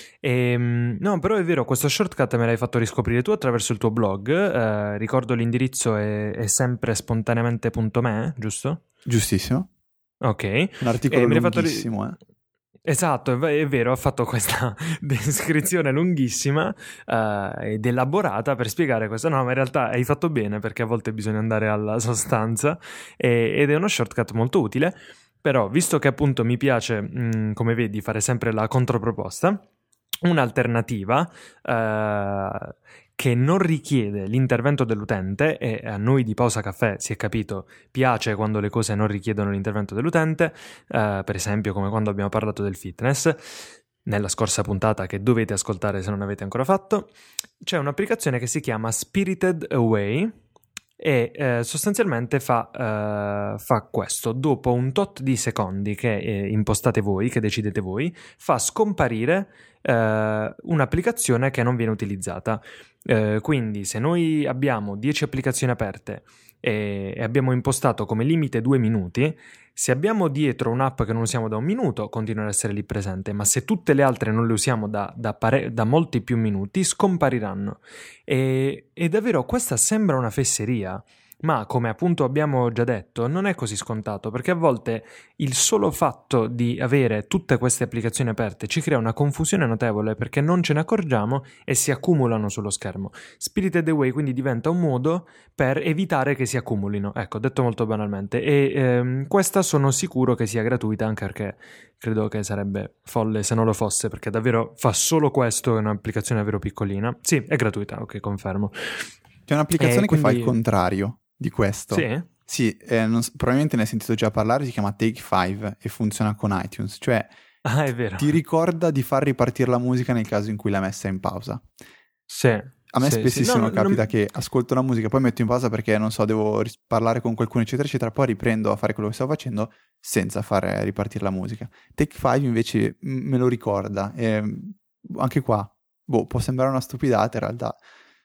No, però è vero, questo shortcut me l'hai fatto riscoprire tu attraverso il tuo blog. Ricordo l'indirizzo è sempre spontaneamente.me, giusto?
Giustissimo.
Ok.
Un articolo lunghissimo,
Esatto, è vero, ha fatto questa descrizione lunghissima ed elaborata per spiegare questo. No, ma in realtà hai fatto bene, perché a volte bisogna andare alla sostanza ed è uno shortcut molto utile. Però, visto che appunto mi piace, come vedi, fare sempre la controproposta, un'alternativa che non richiede l'intervento dell'utente, e a noi di Pausa Caffè, si è capito, piace quando le cose non richiedono l'intervento dell'utente, per esempio come quando abbiamo parlato del fitness nella scorsa puntata, che dovete ascoltare se non avete ancora fatto. C'è un'applicazione che si chiama Spirited Away e sostanzialmente fa questo: dopo un tot di secondi che impostate voi, che decidete voi, fa scomparire un'applicazione che non viene utilizzata. Quindi se noi abbiamo 10 applicazioni aperte e abbiamo impostato come limite 2 minuti, se abbiamo dietro un'app che non usiamo da un minuto, continuerà ad essere lì presente, ma se tutte le altre non le usiamo da molti più minuti, scompariranno. E davvero questa sembra una fesseria, ma come appunto abbiamo già detto, non è così scontato, perché a volte il solo fatto di avere tutte queste applicazioni aperte ci crea una confusione notevole, perché non ce ne accorgiamo e si accumulano sullo schermo. Spirited Away quindi diventa un modo per evitare che si accumulino, ecco, detto molto banalmente, e questa sono sicuro che sia gratuita, anche perché credo che sarebbe folle se non lo fosse, perché davvero fa solo questo, è un'applicazione davvero piccolina. Sì, è gratuita, ok, confermo.
C'è un'applicazione che fa il contrario di questo.
Sì?
Sì, probabilmente ne hai sentito già parlare, si chiama Take 5 e funziona con iTunes, cioè
è vero.
Ti ricorda di far ripartire la musica nel caso in cui l'hai messa in pausa.
Sì.
A me spessissimo capita che ascolto una musica, poi metto in pausa perché, non so, devo parlare con qualcuno, eccetera, eccetera, poi riprendo a fare quello che stavo facendo senza fare ripartire la musica. Take 5 invece me lo ricorda, e anche qua, può sembrare una stupidata, in realtà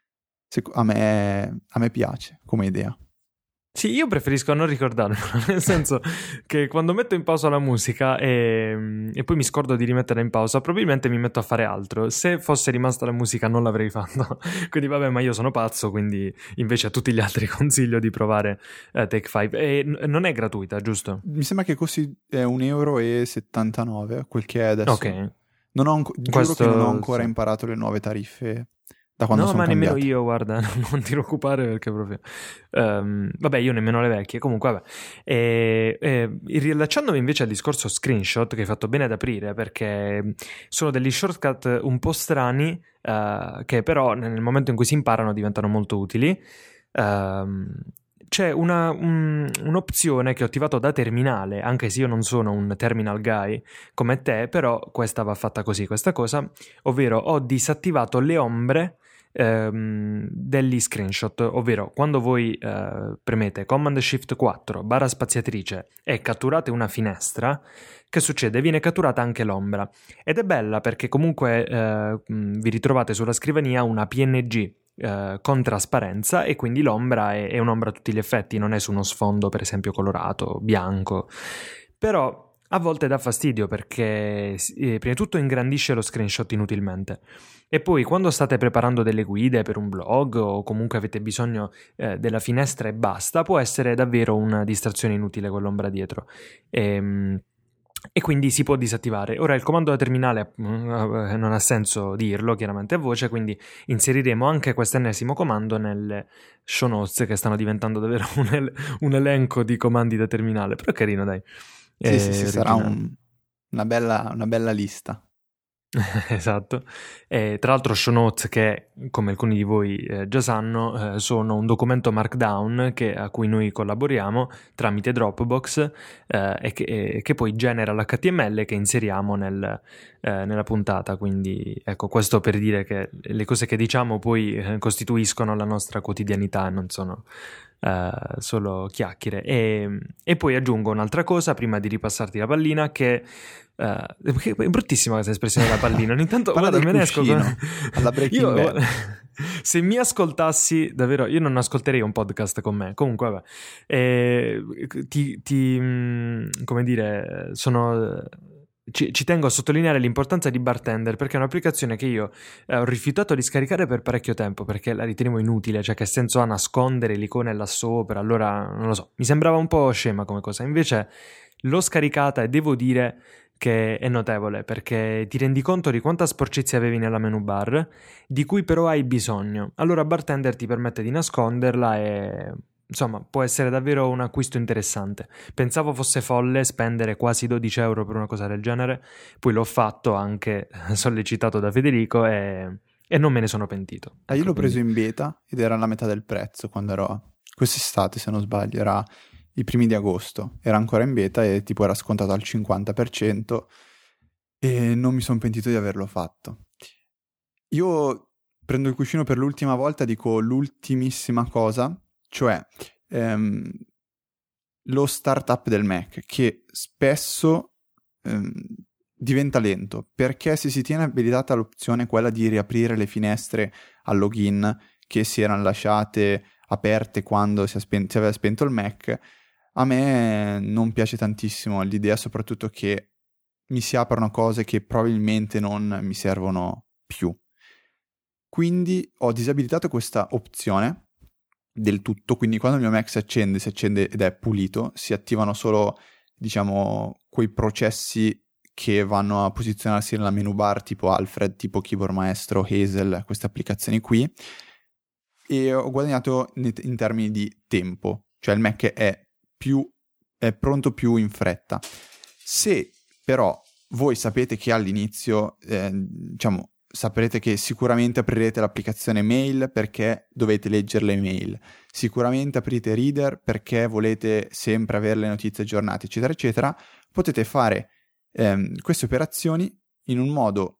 a me piace come idea.
Sì, io preferisco non ricordarmelo, nel senso che quando metto in pausa la musica e poi mi scordo di rimetterla in pausa, probabilmente mi metto a fare altro. Se fosse rimasta la musica non l'avrei fatto, quindi vabbè, ma io sono pazzo, quindi invece a tutti gli altri consiglio di provare Take 5. E non è gratuita, giusto?
Mi sembra che costi €1,79, quel che è adesso.
Ok.
Giuro che non ho ancora imparato le nuove tariffe da quando sono cambiate.
Nemmeno io, guarda, non ti preoccupare, perché proprio vabbè, io nemmeno le vecchie, comunque vabbè. Riallacciandomi invece al discorso screenshot, che hai fatto bene ad aprire, perché sono degli shortcut un po' strani che però nel momento in cui si imparano diventano molto utili. C'è un'opzione che ho attivato da terminale, anche se io non sono un terminal guy come te, però questa va fatta così, questa cosa, ovvero ho disattivato le ombre degli screenshot, ovvero quando voi premete Command Shift 4 barra spaziatrice e catturate una finestra, che succede? Viene catturata anche l'ombra, ed è bella perché comunque vi ritrovate sulla scrivania una PNG con trasparenza, e quindi l'ombra è un'ombra a tutti gli effetti, non è su uno sfondo per esempio colorato, bianco. Però a volte dà fastidio perché prima di tutto ingrandisce lo screenshot inutilmente, e poi quando state preparando delle guide per un blog o comunque avete bisogno della finestra e basta, può essere davvero una distrazione inutile quell'ombra dietro. e quindi si può disattivare. Ora il comando da terminale non ha senso dirlo chiaramente a voce, quindi inseriremo anche questo ennesimo comando nelle show notes, che stanno diventando davvero un elenco di comandi da terminale, però è carino, dai.
Sì, sarà una bella lista.
Esatto. Tra l'altro show notes che, come alcuni di voi già sanno, sono un documento Markdown a cui noi collaboriamo tramite Dropbox, e che poi genera l'HTML che inseriamo nella puntata. Quindi ecco, questo per dire che le cose che diciamo poi costituiscono la nostra quotidianità, non sono solo chiacchiere. E poi aggiungo un'altra cosa prima di ripassarti la pallina, che è bruttissima questa espressione della pallina. Ogni tanto
guarda, me ne esco alla Breaking Bad.
Se mi ascoltassi davvero, io non ascolterei un podcast con me. Comunque vabbè, come dire, ci tengo a sottolineare l'importanza di Bartender, perché è un'applicazione che io ho rifiutato di scaricare per parecchio tempo, perché la ritenevo inutile. Cioè, che senso ha nascondere l'icona là sopra? Allora, non lo so, mi sembrava un po' scema come cosa. Invece l'ho scaricata e devo dire che è notevole, perché ti rendi conto di quanta sporcizia avevi nella menu bar, di cui però hai bisogno. Allora Bartender ti permette di nasconderla e insomma può essere davvero un acquisto interessante. Pensavo fosse folle spendere quasi 12 euro per una cosa del genere, poi l'ho fatto anche sollecitato da Federico e non me ne sono pentito.
Io l'ho preso in beta ed era la metà del prezzo quando ero quest'estate, se non sbaglio, era i primi di agosto, era ancora in beta e tipo era scontato al 50% e non mi sono pentito di averlo fatto. Io prendo il cuscino per l'ultima volta, dico l'ultimissima cosa, cioè lo startup del Mac, che spesso diventa lento, perché se si tiene abilitata l'opzione quella di riaprire le finestre al login che si erano lasciate aperte quando si aveva spento il Mac, a me non piace tantissimo l'idea, soprattutto che mi si aprono cose che probabilmente non mi servono più. Quindi ho disabilitato questa opzione del tutto, quindi quando il mio Mac si accende ed è pulito, si attivano solo, diciamo, quei processi che vanno a posizionarsi nella menu bar, tipo Alfred, tipo Keyboard Maestro, Hazel, queste applicazioni qui, e ho guadagnato in termini di tempo, cioè il Mac è pronto più in fretta. Se però voi sapete che all'inizio, diciamo, saprete che sicuramente aprirete l'applicazione mail perché dovete leggere le mail, sicuramente aprite Reader perché volete sempre avere le notizie aggiornate, eccetera, eccetera, potete fare queste operazioni in un modo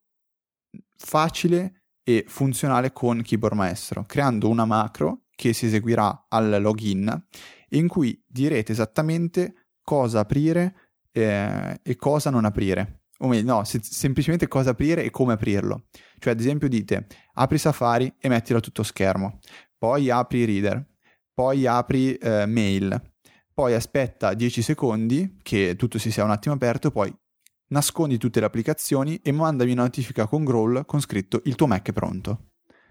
facile e funzionale con Keyboard Maestro, creando una macro che si eseguirà al login in cui direte esattamente cosa aprire e cosa non aprire. O meglio, no, semplicemente cosa aprire e come aprirlo. Cioè, ad esempio, dite apri Safari e mettilo a tutto schermo, poi apri Reader, poi apri Mail, poi aspetta 10 secondi che tutto si sia un attimo aperto, poi nascondi tutte le applicazioni e mandami una notifica con Growl con scritto il tuo Mac è pronto.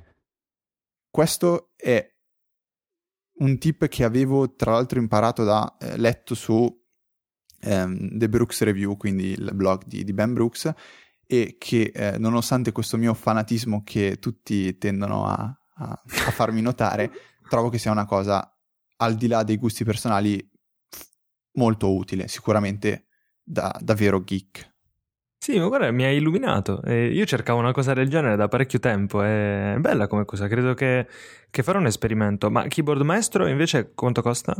Questo è un tip che avevo tra l'altro imparato letto su The Brooks Review, quindi il blog di Ben Brooks, e che nonostante questo mio fanatismo che tutti tendono a farmi notare, trovo che sia una cosa, al di là dei gusti personali, molto utile, sicuramente da vero geek.
Sì, ma guarda, mi hai illuminato. Io cercavo una cosa del genere da parecchio tempo. È bella come cosa, credo che farò un esperimento. Ma Keyboard Maestro invece quanto costa?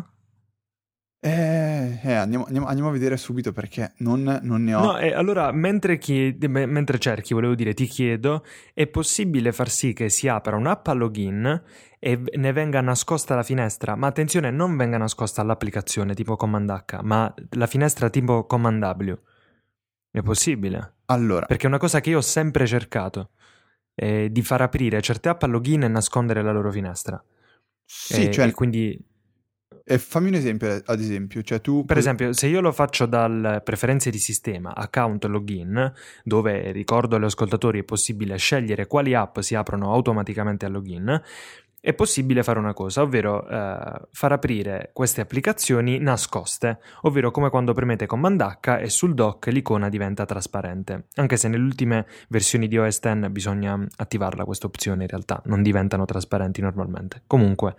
Andiamo a vedere subito perché non ne ho.
No, allora mentre cerchi, volevo dire, ti chiedo, è possibile far sì che si apra un'app a login e ne venga nascosta la finestra? Ma attenzione, non venga nascosta l'applicazione tipo Command H, ma la finestra tipo Command W. È possibile?
Allora,
perché è una cosa che io ho sempre cercato, di far aprire certe app a login e nascondere la loro finestra.
Sì, cioè,
e quindi
fammi un esempio, ad esempio, cioè tu
per esempio, se io lo faccio dal preferenze di sistema, account login, dove ricordo agli ascoltatori è possibile scegliere quali app si aprono automaticamente al login, è possibile fare una cosa, ovvero far aprire queste applicazioni nascoste, ovvero come quando premete Command H e sul dock l'icona diventa trasparente, anche se nelle ultime versioni di OS X bisogna attivarla questa opzione, in realtà non diventano trasparenti normalmente. Comunque,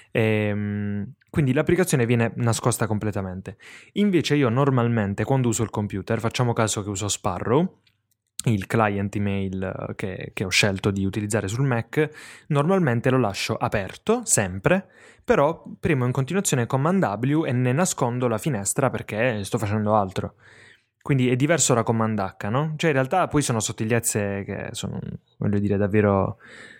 quindi l'applicazione viene nascosta completamente. Invece io normalmente quando uso il computer, facciamo caso che uso Sparrow, il client email che ho scelto di utilizzare sul Mac, normalmente lo lascio aperto, sempre, però premo in continuazione Command W e ne nascondo la finestra perché sto facendo altro. Quindi è diverso da Command H, no? Cioè in realtà poi sono sottigliezze che sono, voglio dire, davvero...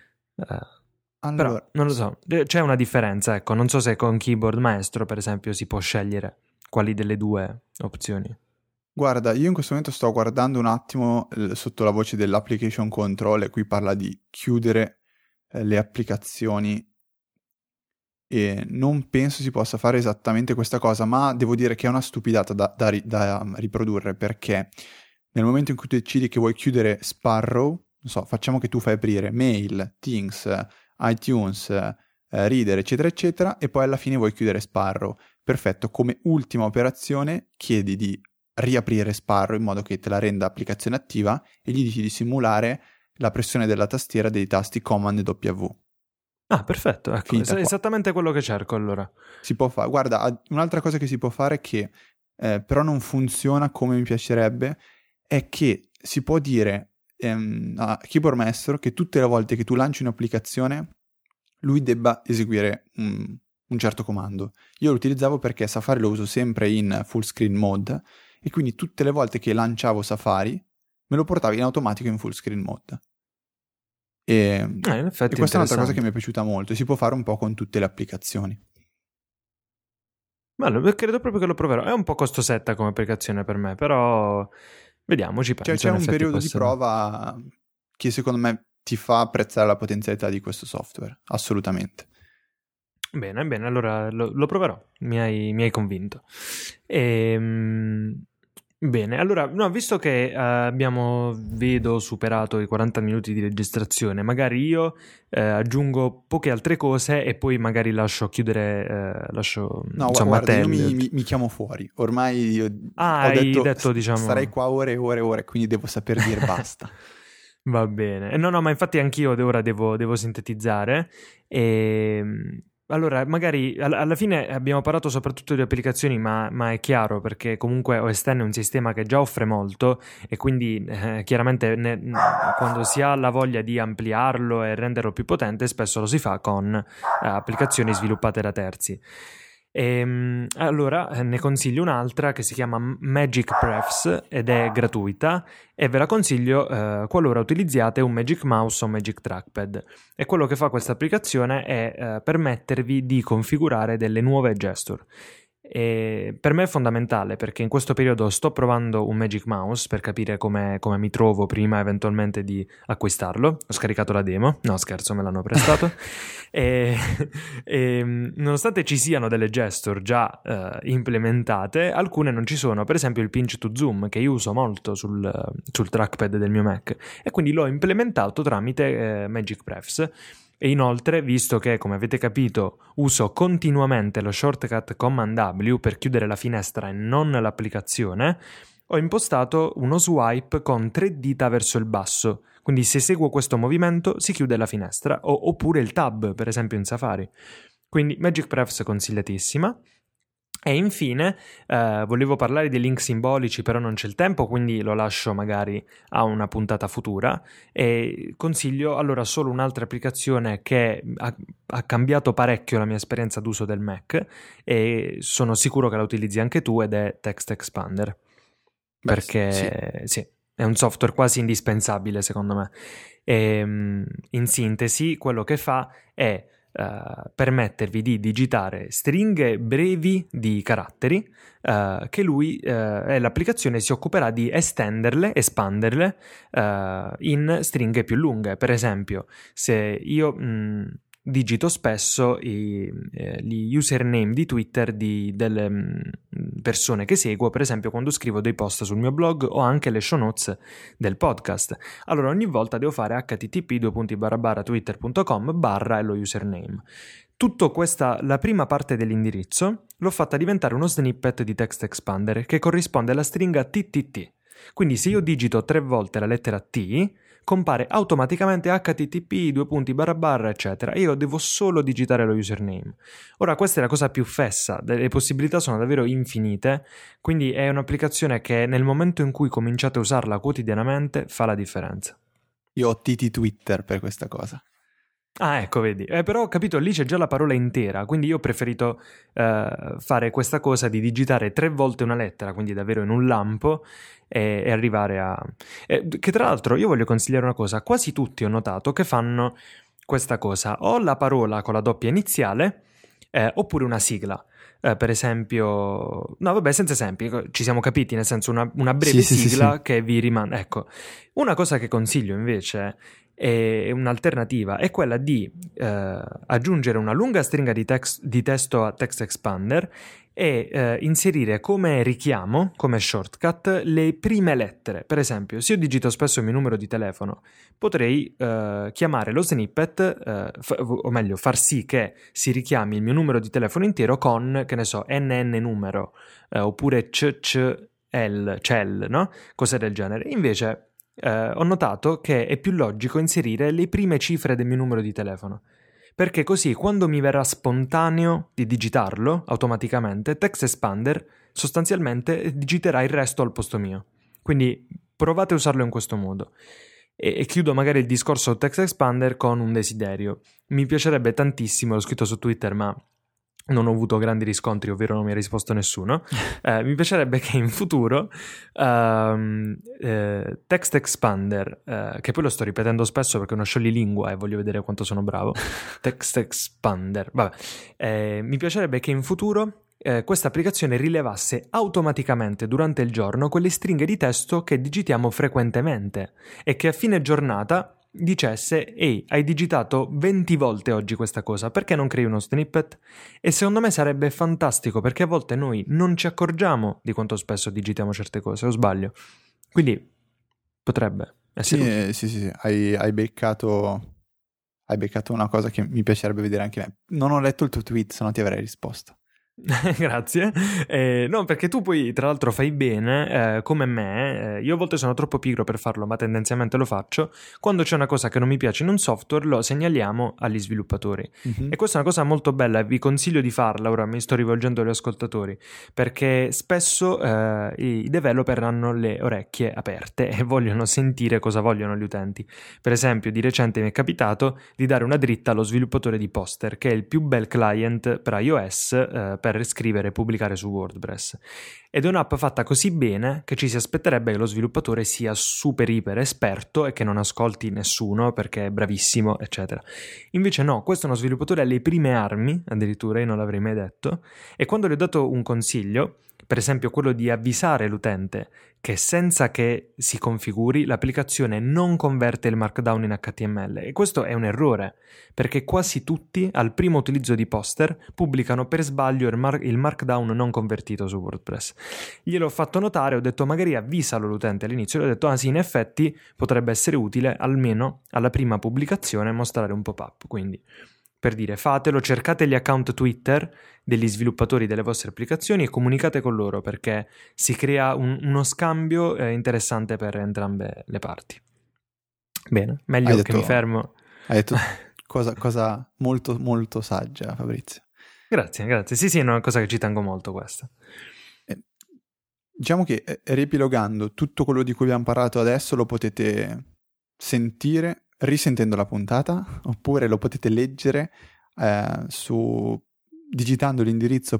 Allora,
però, non lo so, c'è una differenza, ecco, non so se con keyboard maestro, per esempio, si può scegliere quali delle due opzioni.
guarda, io in questo momento sto guardando un attimo sotto la voce dell'application control e qui parla di chiudere le applicazioni e non penso si possa fare esattamente questa cosa, ma devo dire che è una stupidata da riprodurre perché nel momento in cui tu decidi che vuoi chiudere Sparrow, non so, facciamo che tu fai aprire Mail, Things, iTunes, Reader, eccetera, eccetera, e poi alla fine vuoi chiudere Sparrow. Perfetto, come ultima operazione chiedi di riaprire Sparrow in modo che te la renda applicazione attiva e gli dici di simulare la pressione della tastiera dei tasti Command e W.
Ah, perfetto, ecco, esattamente quello che cerco allora.
Si può fare. Guarda, un'altra cosa che si può fare che però non funziona come mi piacerebbe è che si può dire a Keyboard Maestro che tutte le volte che tu lanci un'applicazione lui debba eseguire un certo comando. Io lo utilizzavo perché Safari lo uso sempre in full screen mode e quindi tutte le volte che lanciavo Safari me lo portava in automatico in full screen mode. E questa è un'altra cosa che mi è piaciuta molto e si può fare un po' con tutte le applicazioni.
Bello, credo proprio che lo proverò. È un po' costosetta come applicazione per me, però vediamo, ci penso.
C'è un periodo di prova che secondo me ti fa apprezzare la potenzialità di questo software, assolutamente.
Bene, allora lo proverò, mi hai convinto. Bene, allora, no, visto che vedo superato i 40 minuti di registrazione, magari io aggiungo poche altre cose e poi magari lascio chiudere,
no, insomma, guarda, io mi chiamo fuori, ormai ho detto
diciamo...
sarei qua ore e ore e ore, quindi devo saper dire basta.
Va bene, no, ma infatti anch'io ora devo sintetizzare allora, magari alla fine abbiamo parlato soprattutto di applicazioni, ma è chiaro perché comunque OS X è un sistema che già offre molto e quindi chiaramente quando si ha la voglia di ampliarlo e renderlo più potente spesso lo si fa con applicazioni sviluppate da terzi. Allora ne consiglio un'altra che si chiama Magic Prefs ed è gratuita e ve la consiglio qualora utilizziate un Magic Mouse o un Magic Trackpad. E quello che fa questa applicazione è permettervi di configurare delle nuove gesture. E per me è fondamentale perché in questo periodo sto provando un Magic Mouse per capire come mi trovo prima eventualmente di acquistarlo. Ho scaricato la demo, no scherzo, me l'hanno prestato. e nonostante ci siano delle gesture già implementate, alcune non ci sono, per esempio il pinch to zoom che io uso molto sul trackpad del mio Mac e quindi l'ho implementato tramite Magic Prefs. E inoltre, visto che, come avete capito, uso continuamente lo shortcut Command W per chiudere la finestra e non l'applicazione, ho impostato uno swipe con 3 dita verso il basso. Quindi se seguo questo movimento si chiude la finestra, oppure il tab, per esempio in Safari. Quindi Magic Prefs consigliatissima. E infine volevo parlare dei link simbolici, però non c'è il tempo, quindi lo lascio magari a una puntata futura. E consiglio allora solo un'altra applicazione che ha cambiato parecchio la mia esperienza d'uso del Mac e sono sicuro che la utilizzi anche tu ed è Text Expander. Perché sì, è un software quasi indispensabile secondo me. E, in sintesi, quello che fa è permettervi di digitare stringhe brevi di caratteri che lui e l'applicazione si occuperà di espanderle in stringhe più lunghe. Per esempio, se io digito spesso gli username di Twitter persone che seguo, per esempio quando scrivo dei post sul mio blog o anche le show notes del podcast. Allora ogni volta devo fare http://twitter.com/ e lo username. Tutto questa, la prima parte dell'indirizzo, l'ho fatta diventare uno snippet di text expander che corrisponde alla stringa TTT. Quindi se io digito 3 volte la lettera T, compare automaticamente http:// eccetera. Io devo solo digitare lo username. Ora questa è la cosa più fessa, le possibilità sono davvero infinite, quindi è un'applicazione che nel momento in cui cominciate a usarla quotidianamente fa la differenza.
Io ho TT Twitter per questa cosa.
Ah, ecco, vedi. Però ho capito, lì c'è già la parola intera, quindi io ho preferito fare questa cosa di digitare 3 volte una lettera, quindi davvero in un lampo, e arrivare a... che tra l'altro io voglio consigliare una cosa, quasi tutti ho notato che fanno questa cosa, o la parola con la doppia iniziale, oppure una sigla. Per esempio, no vabbè, senza esempi, ci siamo capiti, nel senso una breve sigla che vi rimane. Ecco, una cosa che consiglio invece è un'alternativa, è quella di aggiungere una lunga stringa di testo a text expander e inserire come richiamo, come shortcut, le prime lettere. Per esempio, se io digito spesso il mio numero di telefono, potrei chiamare lo snippet, o meglio, far sì che si richiami il mio numero di telefono intero con, che ne so, NN numero, oppure CEL, no? Cose del genere. Invece ho notato che è più logico inserire le prime cifre del mio numero di telefono, perché così quando mi verrà spontaneo di digitarlo automaticamente, Text Expander sostanzialmente digiterà il resto al posto mio. Quindi provate a usarlo in questo modo. E chiudo magari il discorso Text Expander con un desiderio. Mi piacerebbe tantissimo, l'ho scritto su Twitter ma non ho avuto grandi riscontri, ovvero non mi ha risposto nessuno. Mi piacerebbe che in futuro Text Expander, che poi lo sto ripetendo spesso perché è uno scioglilingua e voglio vedere quanto sono bravo, Text Expander, vabbè, mi piacerebbe che in futuro questa applicazione rilevasse automaticamente durante il giorno quelle stringhe di testo che digitiamo frequentemente e che a fine giornata dicesse: ehi, hai digitato 20 volte oggi questa cosa, perché non crei uno snippet? E secondo me sarebbe fantastico, perché a volte noi non ci accorgiamo di quanto spesso digitiamo certe cose, o sbaglio? Quindi potrebbe essere
sì, hai beccato una cosa che mi piacerebbe vedere anche me. Non ho letto il tuo tweet, se no ti avrei risposto.
Grazie. No, perché tu poi tra l'altro fai bene, come me, io a volte sono troppo pigro per farlo, ma tendenzialmente lo faccio. Quando c'è una cosa che non mi piace in un software lo segnaliamo agli sviluppatori, e questa è una cosa molto bella e vi consiglio di farla. Ora mi sto rivolgendo agli ascoltatori, perché spesso i developer hanno le orecchie aperte e vogliono sentire cosa vogliono gli utenti. Per esempio, di recente mi è capitato di dare una dritta allo sviluppatore di Poster, che è il più bel client per iOS per scrivere e pubblicare su WordPress, ed è un'app fatta così bene che ci si aspetterebbe che lo sviluppatore sia super iper esperto e che non ascolti nessuno perché è bravissimo, eccetera. Invece no, questo è uno sviluppatore alle prime armi, addirittura io non l'avrei mai detto, e quando gli ho dato un consiglio, per esempio quello di avvisare l'utente che senza che si configuri l'applicazione non converte il markdown in HTML, e questo è un errore, perché quasi tutti al primo utilizzo di Poster pubblicano per sbaglio il markdown non convertito su WordPress. Gliel'ho fatto notare, ho detto magari avvisalo l'utente all'inizio, gli ho detto sì, in effetti potrebbe essere utile almeno alla prima pubblicazione mostrare un pop-up, quindi per dire fatelo, cercate gli account Twitter degli sviluppatori delle vostre applicazioni e comunicate con loro, perché si crea uno scambio interessante per entrambe le parti. Bene, meglio che mi fermo.
Hai detto cosa molto molto saggia, Fabrizio.
Grazie. Sì, è una cosa che ci tengo molto questa.
Diciamo che riepilogando, tutto quello di cui abbiamo parlato adesso lo potete sentire risentendo la puntata, oppure lo potete leggere digitando l'indirizzo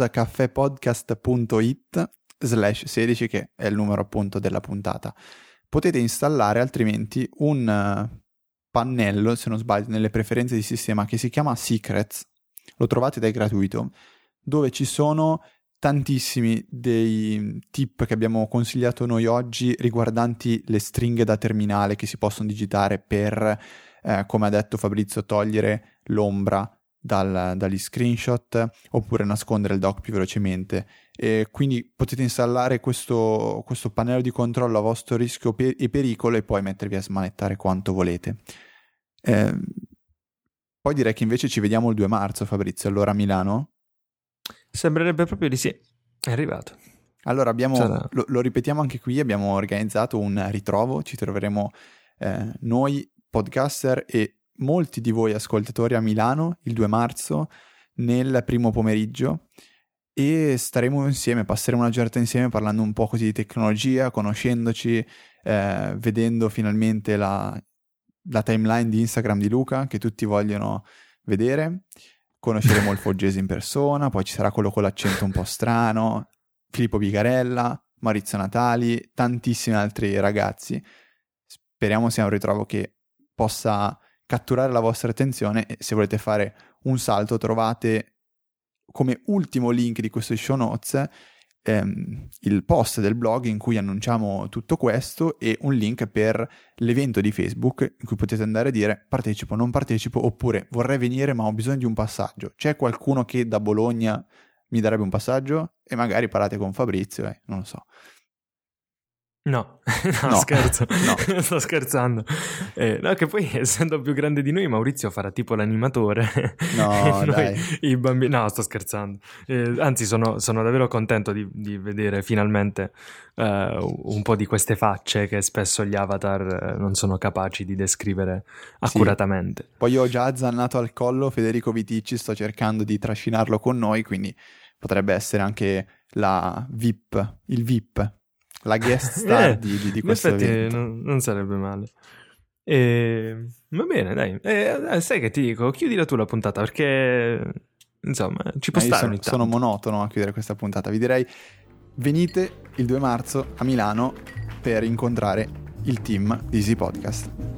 pausacaffepodcast.it/16, che è il numero appunto della puntata. Potete installare altrimenti un pannello, se non sbaglio, nelle preferenze di sistema che si chiama Secrets, lo trovate ed è gratuito, dove ci sono tantissimi dei tip che abbiamo consigliato noi oggi riguardanti le stringhe da terminale che si possono digitare per, come ha detto Fabrizio, togliere l'ombra dagli screenshot, oppure nascondere il doc più velocemente, e quindi potete installare questo pannello di controllo a vostro rischio e pericolo e poi mettervi a smanettare quanto volete. Poi direi che invece ci vediamo il 2 marzo, Fabrizio, allora a Milano?
Sembrerebbe proprio di sì, è arrivato.
Allora lo ripetiamo anche qui, abbiamo organizzato un ritrovo, ci troveremo noi podcaster e molti di voi ascoltatori a Milano il 2 marzo nel primo pomeriggio e staremo insieme, passeremo una giornata insieme parlando un po' così di tecnologia, conoscendoci, vedendo finalmente la timeline di Instagram di Luca che tutti vogliono vedere. Conosceremo il Foggesi in persona, poi ci sarà quello con l'accento un po' strano, Filippo Bigarella, Maurizio Natali, tantissimi altri ragazzi. Speriamo sia un ritrovo che possa catturare la vostra attenzione e se volete fare un salto trovate come ultimo link di questo show notes il post del blog in cui annunciamo tutto questo e un link per l'evento di Facebook in cui potete andare a dire partecipo, non partecipo, oppure vorrei venire ma ho bisogno di un passaggio. C'è qualcuno che da Bologna mi darebbe un passaggio? E magari parlate con Fabrizio, non lo so.
No, scherzo, no. Sto scherzando. No, che poi essendo più grande di noi Maurizio farà tipo l'animatore.
No, dai.
I bambini... No, sto scherzando. Anzi, sono davvero contento di vedere finalmente un po' di queste facce che spesso gli avatar non sono capaci di descrivere accuratamente.
Sì. Poi io ho già azzannato al collo Federico Viticci, sto cercando di trascinarlo con noi, quindi potrebbe essere anche il VIP. La guest star di questo evento.
Non sarebbe male. Va bene, dai. Sai che ti dico? Chiudila tu la puntata perché insomma ci può stare ogni tanto.
Sono monotono a chiudere questa puntata. Vi direi venite il 2 marzo a Milano per incontrare il team di Easy Podcast.